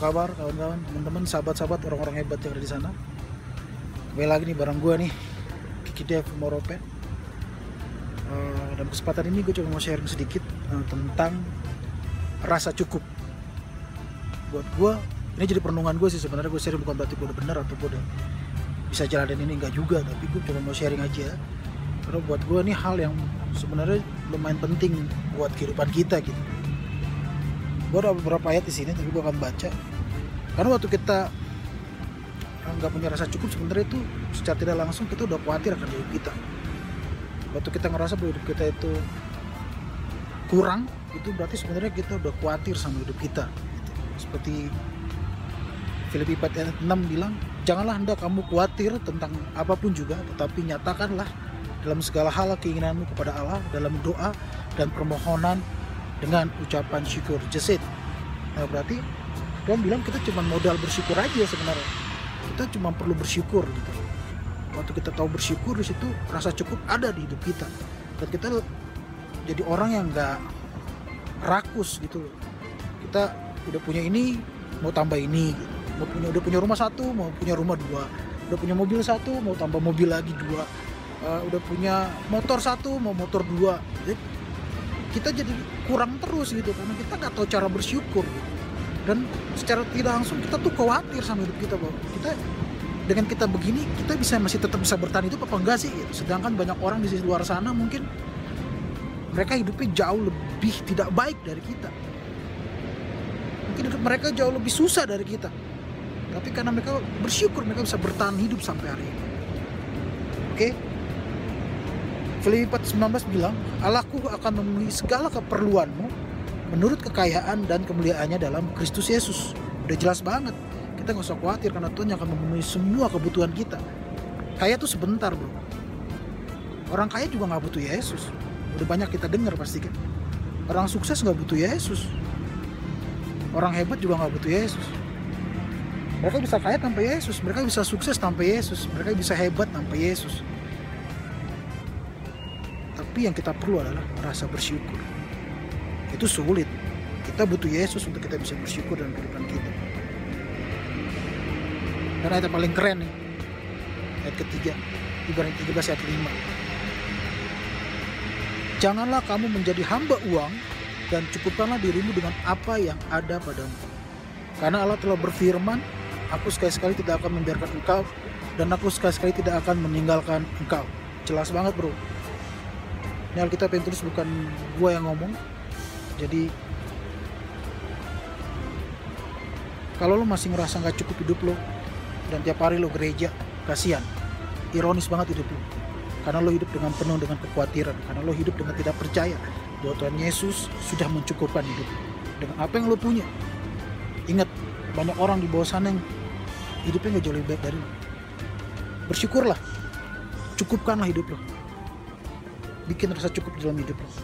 kabar kawan-kawan, teman-teman, sahabat-sahabat, orang-orang hebat yang ada di sana? Kembali lagi nih bareng gue nih, Kiki Dev Moropet. Dalam kesempatan ini gue coba mau sharing sedikit tentang rasa cukup. Buat gue, ini jadi perenungan gue sih sebenarnya. Gue sharing bukan berarti gue udah benar atau gue udah bisa jalanin ini, enggak juga. Tapi gue coba mau sharing aja. Karena buat gue ini hal yang sebenarnya lumayan penting buat kehidupan kita gitu. Gue ada beberapa ayat di sini, tapi gue akan baca. Karena waktu kita nggak punya rasa cukup, sebenarnya itu secara tidak langsung kita udah khawatir akan hidup kita. Waktu kita ngerasa bahwa hidup kita itu kurang, itu berarti sebenarnya kita udah khawatir sama hidup kita. Seperti Filipi 4 ayat 6 bilang, janganlah hendak kamu khawatir tentang apapun juga, tetapi nyatakanlah dalam segala hal keinginanmu kepada Allah dalam doa dan permohonan dengan ucapan syukur. Just it. Nah, berarti Tuhan bilang kita cuma modal bersyukur aja sebenarnya. Kita cuma perlu bersyukur gitu. Waktu kita tahu bersyukur, di situ rasa cukup ada di hidup kita. Dan kita jadi orang yang nggak rakus gitu loh. Kita udah punya ini, mau tambah ini gitu. Udah punya rumah satu, mau punya rumah dua. Udah punya mobil satu, mau tambah mobil lagi dua. Udah punya motor satu, mau motor dua. Jadi, kita jadi kurang terus gitu karena kita nggak tahu cara bersyukur gitu. Dan secara tidak langsung kita tuh khawatir sama hidup kita bahwa kita dengan kita begini kita masih tetap bisa bertahan hidup apa enggak sih gitu. Sedangkan banyak orang di luar sana mungkin mereka hidupnya jauh lebih tidak baik dari kita, mungkin hidup mereka jauh lebih susah dari kita, tapi karena mereka bersyukur mereka bisa bertahan hidup sampai hari ini. Oke? Filipi 4:19 bilang, Allahku akan memenuhi segala keperluanmu menurut kekayaan dan kemuliaannya dalam Kristus Yesus. Udah jelas banget. Kita gak usah khawatir karena Tuhan akan memenuhi semua kebutuhan kita. Kaya tuh sebentar bro. Orang kaya juga gak butuh Yesus. Udah banyak kita dengar pasti kan. Orang sukses gak butuh Yesus. Orang hebat juga gak butuh Yesus. Mereka bisa kaya tanpa Yesus. Mereka bisa sukses tanpa Yesus. Mereka bisa hebat tanpa Yesus. Tapi yang kita perlu adalah rasa bersyukur. Itu sulit. Kita butuh Yesus untuk kita bisa bersyukur dalam kehidupan kita. Dan ayat yang paling keren nih, ayat ketiga, Ibrani 13 ayat 5. Janganlah kamu menjadi hamba uang dan cukupkanlah dirimu dengan apa yang ada padamu. Karena Allah telah berfirman, aku sekali-sekali tidak akan membiarkan engkau dan aku sekali-sekali tidak akan meninggalkan engkau. Jelas banget bro. Ini Alkitab yang tulis, bukan gua yang ngomong. Jadi kalau lo masih ngerasa gak cukup hidup lo dan tiap hari lo gereja, kasihan, ironis banget hidup lo. Karena lo hidup dengan penuh dengan kekhawatiran, karena lo hidup dengan tidak percaya bahwa Tuhan Yesus sudah mencukupkan hidup dengan apa yang lo punya. Ingat, banyak orang di bawah sana yang hidupnya gak jauh lebih baik dari lo. Bersyukurlah, cukupkanlah hidup lo. Bikin rasa cukup dalam hidup lo.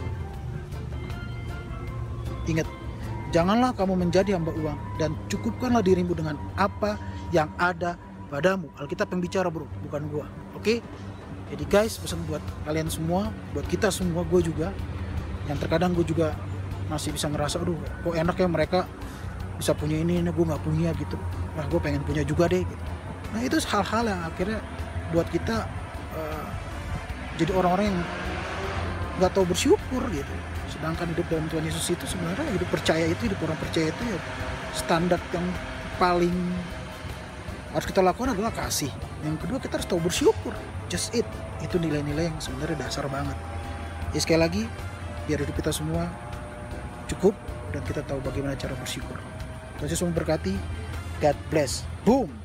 Ingat, janganlah kamu menjadi hamba uang dan cukupkanlah dirimu dengan apa yang ada padamu. Alkitab yang bicara bro, bukan gua. Oke? Jadi guys, pesan buat kalian semua, buat kita semua, gue juga, yang terkadang gue juga masih bisa ngerasa, aduh kok enak ya mereka bisa punya ini gue gak punya gitu. Nah gue pengen punya juga deh gitu. Nah itu hal-hal yang akhirnya buat kita jadi orang-orang yang gak tahu bersyukur gitu. Sedangkan hidup dalam Tuhan Yesus itu sebenarnya hidup percaya itu, hidup orang percaya itu ya standar yang paling harus kita lakukan adalah kasih. Yang kedua kita harus tahu bersyukur. Just it. Itu nilai-nilai yang sebenarnya dasar banget. Ya sekali lagi, biar hidup kita semua cukup dan kita tahu bagaimana cara bersyukur. Tuhan Yesus memberkati. God bless. Boom.